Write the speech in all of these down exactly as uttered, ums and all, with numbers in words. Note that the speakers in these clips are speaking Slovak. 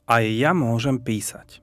Aj ja môžem písať.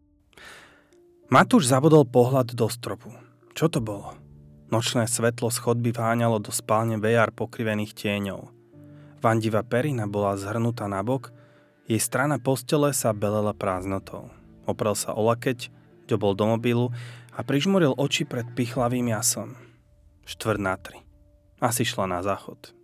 Matúš zabodol pohľad do stropu. Čo to bolo? Nočné svetlo z chodby váňalo do spálne vejar pokrivených tieňov. Vandivá perina bola zhrnutá nabok, jej strana postele sa belela prázdnotou. Oprel sa o lakeť, ďobol do mobilu a prižmuril oči pred pichlavým jasom. Štvrť na tri. Asi šla na záchod.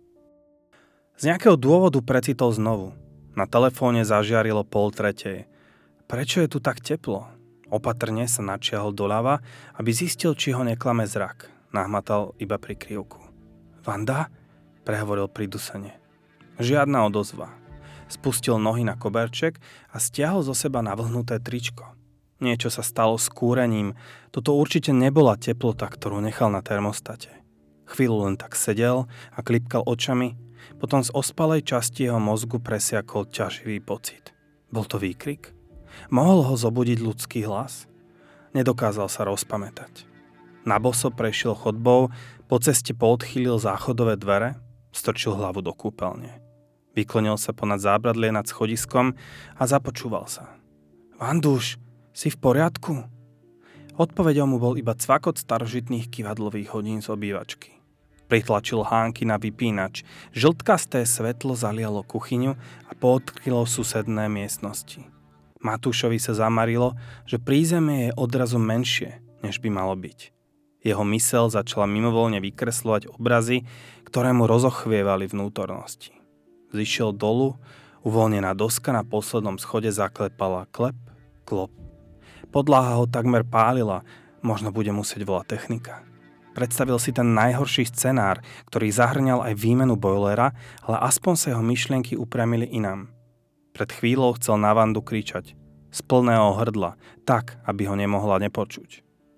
Z nejakého dôvodu precitol znovu. Na telefóne zažiarilo pol tretej. Prečo je tu tak teplo? Opatrne sa načiahol doľava, aby zistil, či ho neklame zrak. Nahmatal iba prikryvku. Vanda? Prehovoril pridusene. Žiadna odozva. Spustil nohy na koberček a stiahol zo seba navlhnuté tričko. Niečo sa stalo s kúrením. Toto určite nebola teplota, ktorú nechal na termostate. Chvíľu len tak sedel a klipkal očami, potom z ospalej časti jeho mozgu presiakol ťaživý pocit. Bol to výkrik? Mohol ho zobudiť ľudský hlas? Nedokázal sa rozpamätať. Naboso prešiel chodbou, po ceste poodchýlil záchodové dvere, strčil hlavu do kúpeľne. Vyklonil sa ponad zábradlie nad schodiskom a započúval sa. Vandúš, si v poriadku? Odpoveďou mu bol iba cvakot starožitných kyvadlových hodín z obývačky. Pritlačil hánky na vypínač. Žltkasté svetlo zalialo kuchyňu a poodkrylo susedné miestnosti. Matúšovi sa zamarilo, že prízemie je odrazu menšie, než by malo byť. Jeho myseľ začala mimovoľne vykresľovať obrazy, ktoré mu rozochvievali vnútornosti. Zišiel dolu, uvoľnená doska na poslednom schode zaklepala klep, klop. Podlaha ho takmer pálila, možno bude musieť volať technika. Predstavil si ten najhorší scenár, ktorý zahrňal aj výmenu bojlera, ale aspoň sa jeho myšlienky upriamili inám. Pred chvíľou chcel na Vandu kričať, z plného hrdla, tak, aby ho nemohla nepočuť.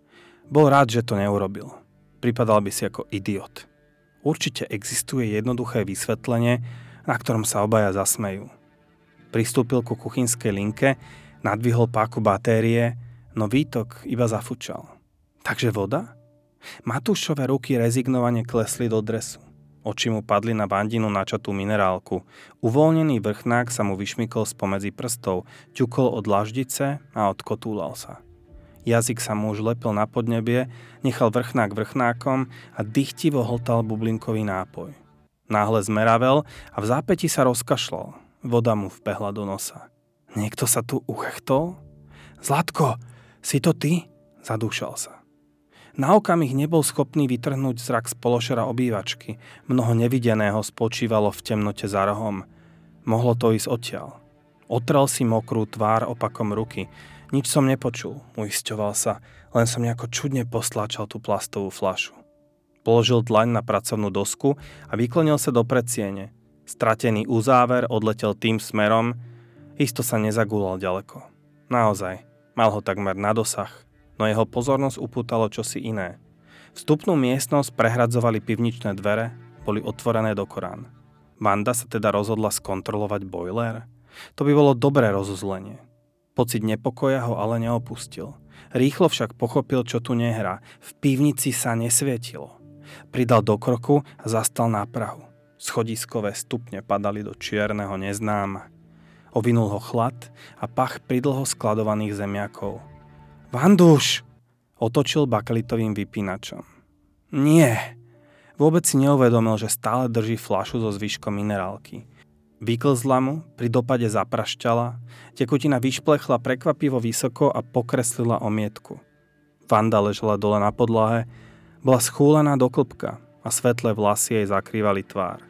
Bol rád, že to neurobil. Pripadal by si ako idiot. Určite existuje jednoduché vysvetlenie, na ktorom sa obaja zasmejú. Pristúpil ku kuchynskej linke, nadvihol páku batérie, no výtok iba zafučal. Takže voda? Matúšové ruky rezignovane klesli do dresu. Oči mu padli na Vandinu načatú minerálku. Uvoľnený vrchnák sa mu vyšmykol spomedzi prstov, ťukol od laždice a odkotúlal sa. Jazyk sa mu už lepil na podnebie, nechal vrchnák vrchnákom a dychtivo hltal bublinkový nápoj. Náhle zmeravel a v zápäti sa rozkašľal. Voda mu vbehla do nosa. Niekto sa tu uchechtol? Zlatko, si to ty? Zadúšal sa. Na okamih nebol schopný vytrhnúť zrak z pološera obývačky. Mnoho nevideného spočívalo v temnote za rohom. Mohlo to ísť odtiaľ. Otrel si mokrú tvár opakom ruky. Nič som nepočul, uisťoval sa, len som nejako čudne postláčal tú plastovú fľašu. Položil dlaň na pracovnú dosku a vyklonil sa do predsiene. Stratený uzáver odletel tým smerom, isto sa nezagúlal ďaleko. Naozaj, mal ho takmer na dosah. No jeho pozornosť upútalo čosi iné. Vstupnú miestnosť prehradzovali pivničné dvere, boli otvorené do korán. Vanda sa teda rozhodla skontrolovať bojler? To by bolo dobré rozuzlenie. Pocit nepokoja ho ale neopustil. Rýchlo však pochopil, čo tu nehrá. V pivnici sa nesvietilo. Pridal do kroku a zastal na prahu. Schodiskové stupne padali do čierneho neznáma. Ovinul ho chlad a pach pridlho skladovaných zemiakov. Vandúš! Otočil bakelitovým vypínačom. Nie! Vôbec si neuvedomil, že stále drží fľašu so zvyškom minerálky. Vyklzla mu, pri dopade zaprašťala, tekutina vyšplechla prekvapivo vysoko a pokreslila omietku. Vanda ležela dole na podlahe, bola schúlená do klbka a svetlé vlasy jej zakrývali tvár.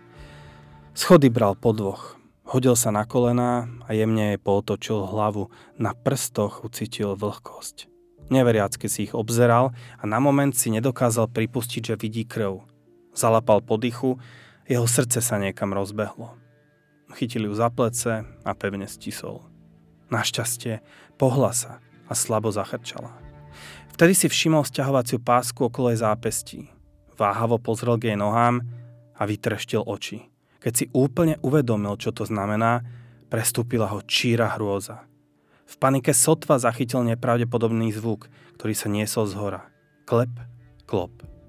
Schody bral po dvoch. Hodil sa na kolená a jemne jej pootočil hlavu. Na prstoch ucítil vlhkosť. Neveriacky si ich obzeral a na moment si nedokázal pripustiť, že vidí krv. Zalapal po dychu, jeho srdce sa niekam rozbehlo. Chytil ju za plece a pevne stisol. Našťastie pohla sa a slabo zachrčala. Vtedy si všimol sťahovaciu pásku okolo jej zápestí. Váhavo pozrel k jej nohám a vytreštil oči. Keď si úplne uvedomil, čo to znamená, prestúpila ho číra hrôza. V panike sotva zachytil nepravdepodobný zvuk, ktorý sa niesol zhora. Klep, klop.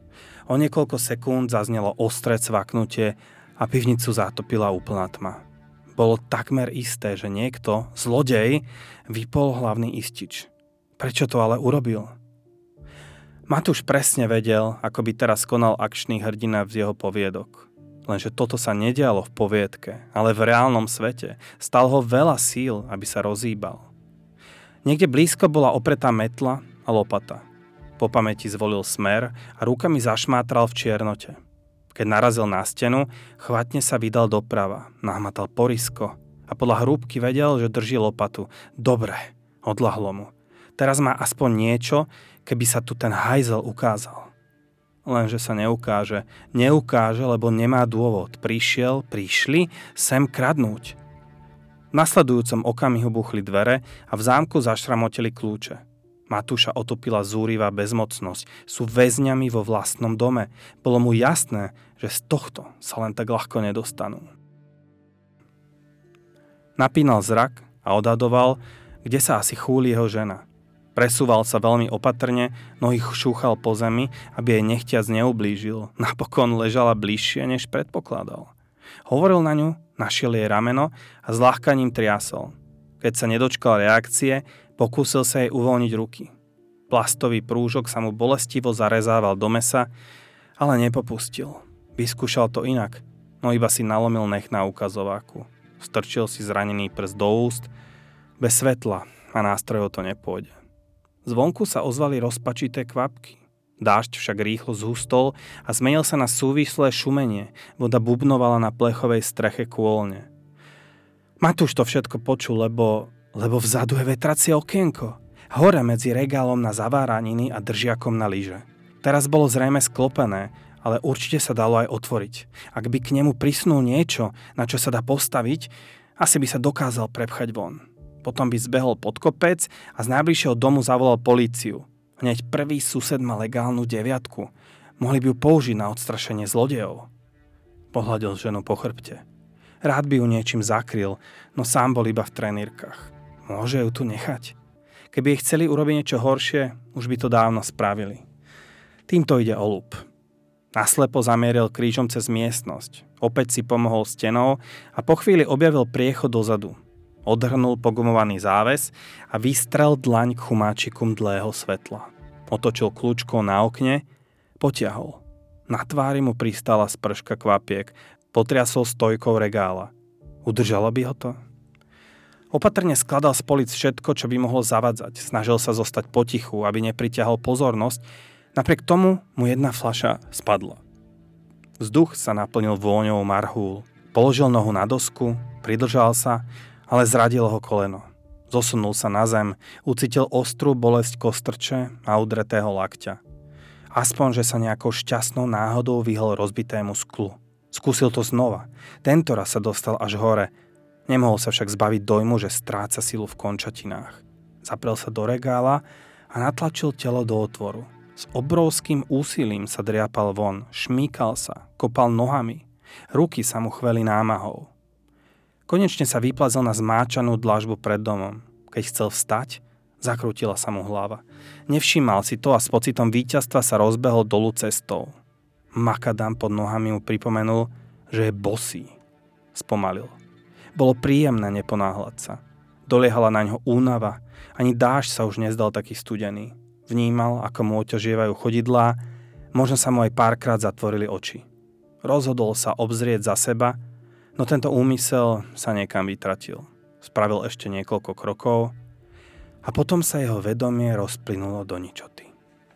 O niekoľko sekúnd zaznelo ostré cvaknutie a pivnicu zatopila úplná tma. Bolo takmer isté, že niekto, zlodej, vypol hlavný istič. Prečo to ale urobil? Matúš presne vedel, ako by teraz konal akčný hrdina z jeho poviedok. Lenže toto sa nedialo v poviedke, ale v reálnom svete. Stal ho veľa síl, aby sa rozhýbal. Niekde blízko bola opretá metla a lopata. Po pamäti zvolil smer a rukami zašmátral v čiernote. Keď narazil na stenu, chvatne sa vydal doprava, nahmatal porisko a podľa hrúbky vedel, že drží lopatu. Dobre, odľahlo mu. Teraz má aspoň niečo, keby sa tu ten hajzel ukázal. Lenže sa neukáže. Neukáže, lebo nemá dôvod. Prišiel, prišli sem kradnúť. V nasledujúcom okamihu buchli dvere a v zámku zašramotili kľúče. Matúša otopila zúrivá bezmocnosť. Sú väzňami vo vlastnom dome. Bolo mu jasné, že z tohto sa len tak ľahko nedostanú. Napínal zrak a odhadoval, kde sa asi chúli jeho žena. Presúval sa veľmi opatrne, nohy šúchal po zemi, aby jej nechtiac neublížil. Napokon ležala bližšie, než predpokladal. Hovoril na ňu, našiel jej rameno a s ľahkaním triasol. Keď sa nedočkal reakcie, pokúsil sa jej uvoľniť ruky. Plastový prúžok sa mu bolestivo zarezával do mesa, ale nepopustil. Vyskúšal to inak, no iba si nalomil nech na ukazováku. Strčil si zranený prst do úst. Bez svetla a nástrojov to nepôjde. Zvonku sa ozvali rozpačité kvapky. Dážď však rýchlo zhustol a zmenil sa na súvislé šumenie. Voda bubnovala na plechovej streche kôlne. Matúš to všetko počul, lebo, lebo vzadu je vetracie okienko. Hore medzi regálom na zaváraniny a držiakom na lyže. Teraz bolo zrejme sklopené, ale určite sa dalo aj otvoriť. Ak by k nemu prisnul niečo, na čo sa dá postaviť, asi by sa dokázal prepchať von. Potom by zbehol pod kopec a z najbližšieho domu zavolal políciu. Hneď prvý sused mal legálnu deviatku. Mohli by ju použiť na odstrašenie zlodejov. Pohľadil ženu po chrbte. Rád by ju niečím zakryl, no sám bol iba v trenírkach. Môže ju tu nechať? Keby jej chceli urobiť niečo horšie, už by to dávno spravili. Týmto ide o ľub. Naslepo zamieril krížom cez miestnosť. Opäť si pomohol stenou a po chvíli objavil priechod dozadu. Odhrnul pogumovaný záves a vystrel dlaň k chumáčiku mdlého svetla. Otočil kľúčkou na okne, potiahol. Na tvári mu pristála sprška kvapiek, potriasol stojkou regála. Udržalo by ho to? Opatrne skladal z políc všetko, čo by mohlo zavadzať. Snažil sa zostať potichu, aby nepritiahol pozornosť. Napriek tomu mu jedna fľaša spadla. Vzduch sa naplnil vôňou marhúl. Položil nohu na dosku, pridržal sa, ale zradilo ho koleno. Zosunul sa na zem, ucítil ostrú bolesť kostrče a udretého lakťa. Aspoň, že sa nejakou šťastnou náhodou vyhol rozbitému sklu. Skúsil to znova. Tentoraz sa dostal až hore. Nemohol sa však zbaviť dojmu, že stráca silu v končatinách. Zaprel sa do regála a natlačil telo do otvoru. S obrovským úsilím sa driapal von, šmýkal sa, kopal nohami. Ruky sa mu chveli námahou. Konečne sa vyplazil na zmáčanú dlažbu pred domom. Keď chcel vstať, zakrútila sa mu hlava. Nevšímal si to a s pocitom víťazstva sa rozbehol dolu cestou. Makadam pod nohami mu pripomenul, že je bosý. Spomalil. Bolo príjemné neponáhľať sa. Doliehala na ňo únava. Ani dážď sa už nezdal taký studený. Vnímal, ako mu oťažievajú chodidlá, možno sa mu aj párkrát zatvorili oči. Rozhodol sa obzrieť za seba, no tento úmysel sa niekam vytratil. Spravil ešte niekoľko krokov a potom sa jeho vedomie rozplynulo do ničoty.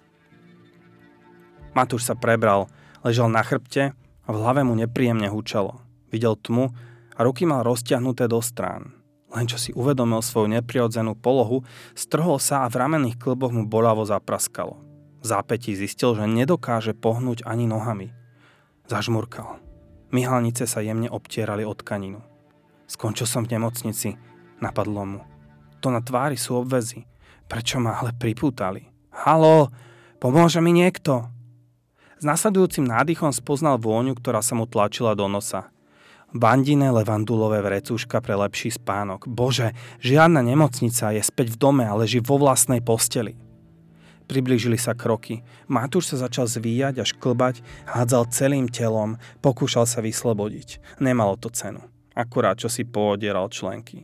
Matúš sa prebral, ležal na chrbte a v hlave mu nepríjemne hučalo. Videl tmu a ruky mal roztiahnuté do strán. Len čo si uvedomil svoju neprirodzenú polohu, strhol sa a v ramenných klboch mu bolavo zapraskalo. V zápätí zistil, že nedokáže pohnúť ani nohami. Zažmurkal. Myhalnice sa jemne obtierali o tkaninu. Skončil som v nemocnici, napadlo mu. To na tvári sú obväzy. Prečo ma ale pripútali? Haló, pomôže mi niekto? S nasledujúcim nádychom spoznal vôňu, ktorá sa mu tlačila do nosa. Bandine levandulové vrecúška pre lepší spánok. Bože, žiadna nemocnica, je späť v dome a leží vo vlastnej posteli. Priblížili sa kroky. Matúš sa začal zvíjať a šklbať, hádzal celým telom, pokúšal sa vyslobodiť. Nemalo to cenu. akurát čo si poodieral členky.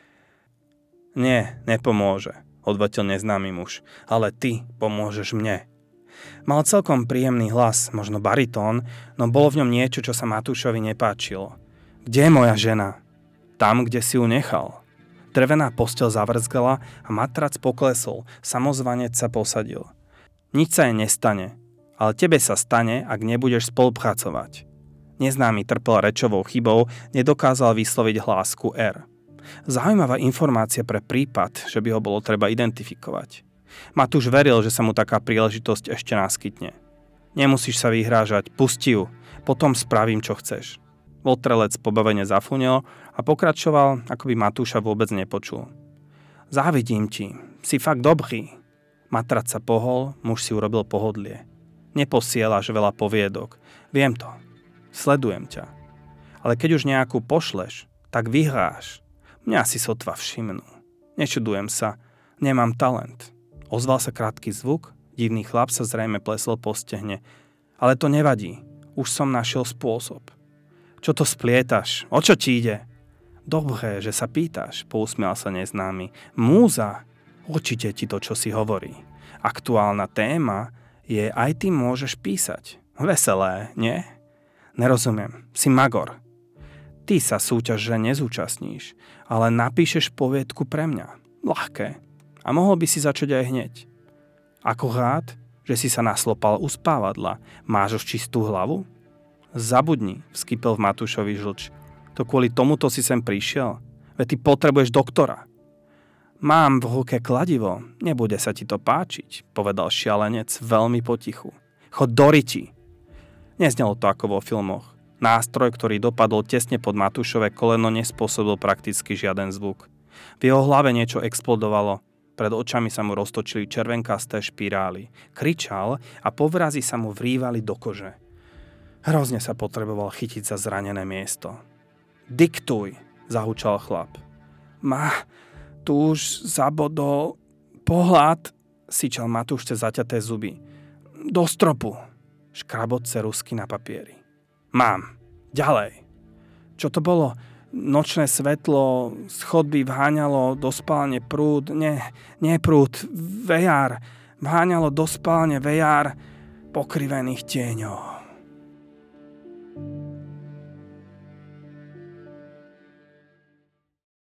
Nie, nepomôže, odvetil neznámy muž, ale ty pomôžeš mne. Mal celkom príjemný hlas, možno baritón, no bolo v ňom niečo, čo sa Matúšovi nepáčilo. Kde je moja žena? Tam, kde si ju nechal. Drevená posteľ zavrzgala a matrac poklesol, samozvanec sa posadil. Nič sa jej nestane, ale tebe sa stane, ak nebudeš spolupracovať. Neznámy trpel rečovou chybou, nedokázal vysloviť hlásku R. Zaujímavá informácia pre prípad, že by ho bolo treba identifikovať. Matúš veril, že sa mu taká príležitosť ešte naskytne. Nemusíš sa vyhrážať, pusti ju, potom spravím, čo chceš. Votrelec pobavene zafunil a pokračoval, ako by Matúša vôbec nepočul. Závidím ti, si fakt dobrý. Matrac sa pohol, muž si urobil pohodlie. Neposielaš veľa poviedok, viem to, sledujem ťa. Ale keď už nejakú pošleš, tak vyhráš. Mňa si sotva všimnú. Nečudujem sa, nemám talent. Ozval sa krátky zvuk, divný chlap sa zrejme plesol po stehne. Ale to nevadí, už som našiel spôsob. Čo to splietaš? O čo ti ide? Dobre, že sa pýtaš, pousmial sa neznámy. Múza, určite ti to, čo si hovorí. Aktuálna téma je aj ty môžeš písať. Veselé, nie? Nerozumiem, si magor. Ty sa súťaže nezúčastníš, ale napíšeš poviedku pre mňa. Ľahké. A mohol by si začať aj hneď. Akurát, že si sa naslopal u spávadla. Máš už čistú hlavu? Zabudni, vskypel v Matúšovi žlč. To kvôli tomuto si sem prišiel? Veď ty potrebuješ doktora. Mám v ruke kladivo, nebude sa ti to páčiť, povedal šialenec veľmi potichu. Chod do riti. Neznelo to ako vo filmoch. Nástroj, ktorý dopadol tesne pod Matúšové koleno, nespôsobil prakticky žiaden zvuk. V jeho hlave niečo explodovalo. Pred očami sa mu roztočili červenkasté špirály. Kričal a povrazy sa mu vrívali do kože. Hrozne sa potreboval chytiť za zranené miesto. Diktuj, zahučal chlap. Ma, tu už zabodol pohľad, syčal Matúš cez zaťaté zuby. Do stropu, škrabot ceruzky na papieri. Mám. Ďalej. Čo to bolo? Nočné svetlo z chodby vháňalo do spálne prúd. Nie, nie prúd, vejár. Vháňalo do spálne vejár pokrivených tieňov.